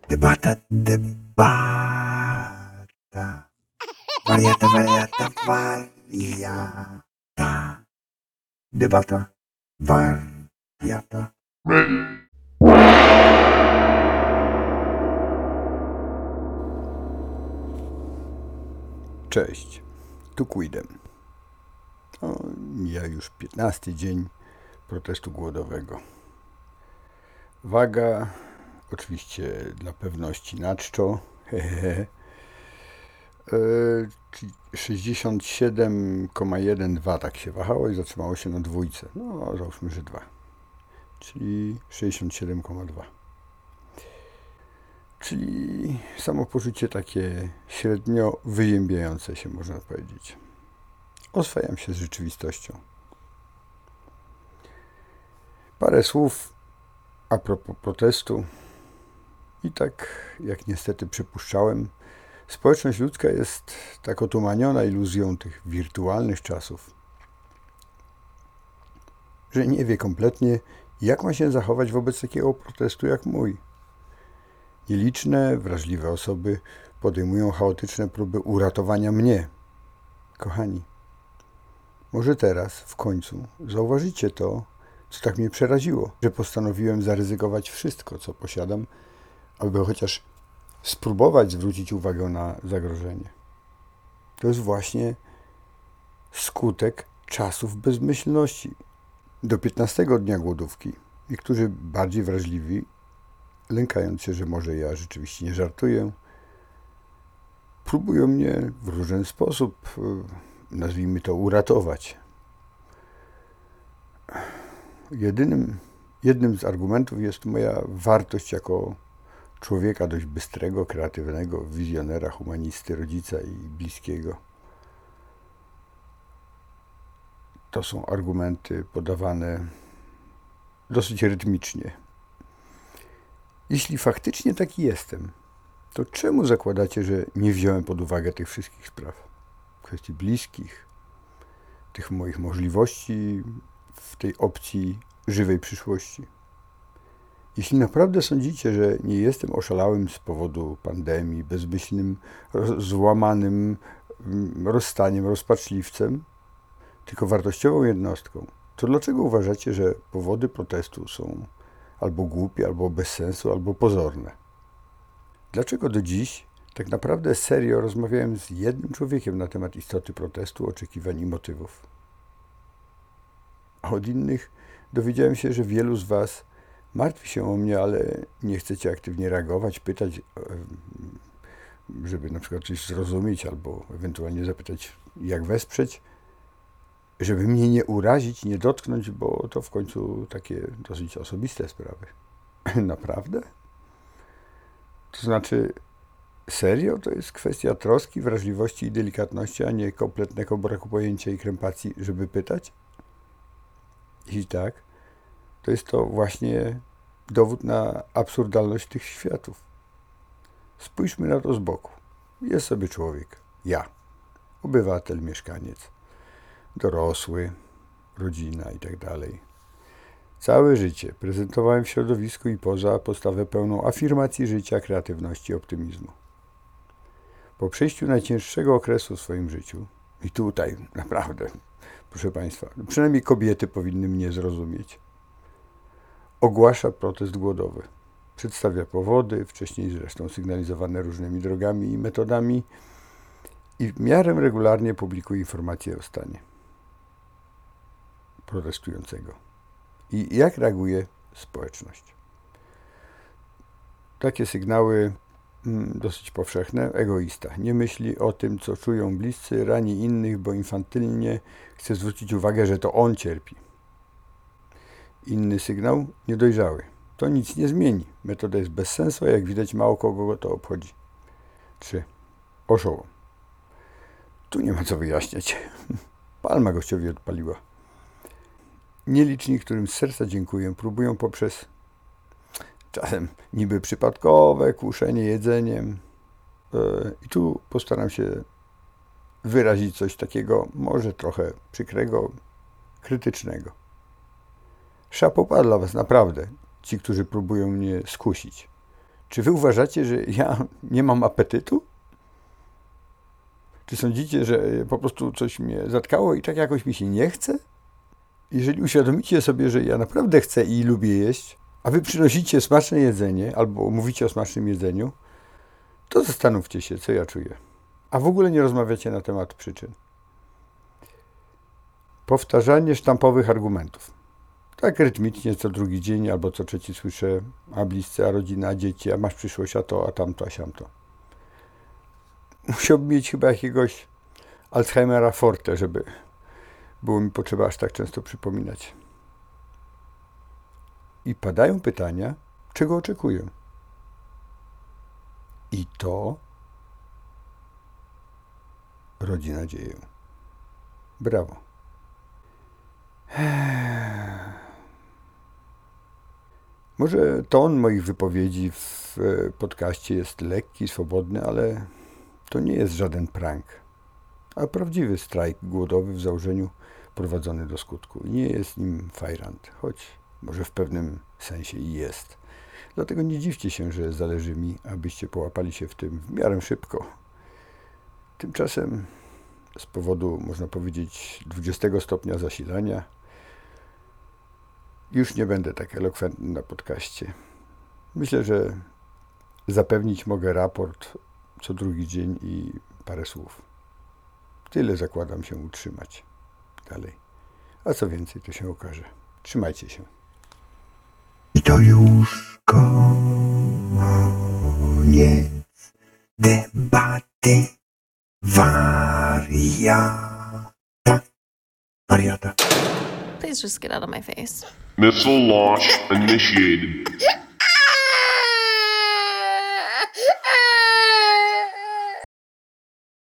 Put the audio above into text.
Debata, debata. Wariata, wariata, wariata. Debata, wariata. Cześć, tu Quidem. Mija już 15 dzień protestu głodowego. Waga, oczywiście dla pewności na czczo, 67,12 tak się wahało i zatrzymało się na dwójce. No, załóżmy, że 2, czyli 67,2. Czyli samopoczucie takie średnio wyziębiające się, można powiedzieć. Oswajam się z rzeczywistością. Parę słów a propos protestu. I tak, jak niestety przypuszczałem, społeczność ludzka jest tak otumaniona iluzją tych wirtualnych czasów, że nie wie kompletnie, jak ma się zachować wobec takiego protestu jak mój. Nieliczne, wrażliwe osoby podejmują chaotyczne próby uratowania mnie. Kochani, może teraz, w końcu, zauważycie to, co tak mnie przeraziło, że postanowiłem zaryzykować wszystko, co posiadam, aby chociaż spróbować zwrócić uwagę na zagrożenie. To jest właśnie skutek czasów bezmyślności. Do 15 dnia głodówki niektórzy bardziej wrażliwi, lękając się, że może ja rzeczywiście nie żartuję, próbują mnie w różny sposób, nazwijmy to, uratować. Jednym z argumentów jest moja wartość jako człowieka dość bystrego, kreatywnego, wizjonera, humanisty, rodzica i bliskiego. To są argumenty podawane dosyć rytmicznie. Jeśli faktycznie taki jestem, to czemu zakładacie, że nie wziąłem pod uwagę tych wszystkich spraw? Kwestii bliskich, tych moich możliwości w tej opcji żywej przyszłości. Jeśli naprawdę sądzicie, że nie jestem oszalałym z powodu pandemii, bezmyślnym, złamanym rozstaniem, rozpaczliwcem, tylko wartościową jednostką, to dlaczego uważacie, że powody protestu są albo głupie, albo bez sensu, albo pozorne? Dlaczego do dziś tak naprawdę serio rozmawiałem z jednym człowiekiem na temat istoty protestu, oczekiwań i motywów? A od innych dowiedziałem się, że wielu z was martwi się o mnie, ale nie chcecie aktywnie reagować, pytać, żeby na przykład coś zrozumieć, albo ewentualnie zapytać, jak wesprzeć, żeby mnie nie urazić, nie dotknąć, bo to w końcu takie dosyć osobiste sprawy. Naprawdę? To znaczy, serio? To jest kwestia troski, wrażliwości i delikatności, a nie kompletnego braku pojęcia i krępacji, żeby pytać? Jeśli tak, to jest to właśnie dowód na absurdalność tych światów. Spójrzmy na to z boku. Jest sobie człowiek, ja, obywatel, mieszkaniec, dorosły, rodzina i tak dalej. Całe życie prezentowałem w środowisku i poza postawę pełną afirmacji życia, kreatywności i optymizmu. Po przejściu najcięższego okresu w swoim życiu, i tutaj naprawdę, proszę Państwa, przynajmniej kobiety powinny mnie zrozumieć, ogłasza protest głodowy. Przedstawia powody, wcześniej zresztą sygnalizowane różnymi drogami i metodami, i w miarę regularnie publikuje informacje o stanie protestującego. I jak reaguje społeczność? Takie sygnały dosyć powszechne. Egoista. Nie myśli o tym, co czują bliscy, rani innych, bo infantylnie chce zwrócić uwagę, że to on cierpi. Inny sygnał. Niedojrzały. To nic nie zmieni. Metoda jest bez sensu, a jak widać mało kogo to obchodzi. 3. Oszołom. Tu nie ma co wyjaśniać. Palma gościowi odpaliła. Nieliczni, którym z serca dziękuję, próbują poprzez czasem niby przypadkowe kuszenie jedzeniem. I tu postaram się wyrazić coś takiego, może trochę przykrego, krytycznego. Szapoba dla was, naprawdę, ci, którzy próbują mnie skusić. Czy wy uważacie, że ja nie mam apetytu? Czy sądzicie, że po prostu coś mnie zatkało i tak jakoś mi się nie chce? Jeżeli uświadomicie sobie, że ja naprawdę chcę i lubię jeść, a wy przynosicie smaczne jedzenie albo mówicie o smacznym jedzeniu, to zastanówcie się, co ja czuję. A w ogóle nie rozmawiacie na temat przyczyn. Powtarzanie sztampowych argumentów. Tak rytmicznie co drugi dzień albo co trzeci słyszę, a bliscy, a rodzina, a dzieci, a masz przyszłość, a to, a tamto, a siamto. Musiałbym mieć chyba jakiegoś Alzheimera forte, żeby było mi potrzeba aż tak często przypominać. I padają pytania, czego oczekuję. I to rodzi nadzieję. Brawo. Może ton moich wypowiedzi w podcaście jest lekki, swobodny, ale to nie jest żaden prank, a prawdziwy strajk głodowy w założeniu prowadzony do skutku. I nie jest nim fajrant, choć może w pewnym sensie i jest. Dlatego nie dziwcie się, że zależy mi, abyście połapali się w tym w miarę szybko. Tymczasem z powodu, można powiedzieć, 20 stopnia zasilania już nie będę tak elokwentny na podcaście. Myślę, że zapewnić mogę raport co drugi dzień i parę słów. Tyle zakładam się utrzymać dalej. A co więcej, to się okaże. Trzymajcie się. I to już koniec debaty wariata. Please just get out of my face. Missile launch initiated.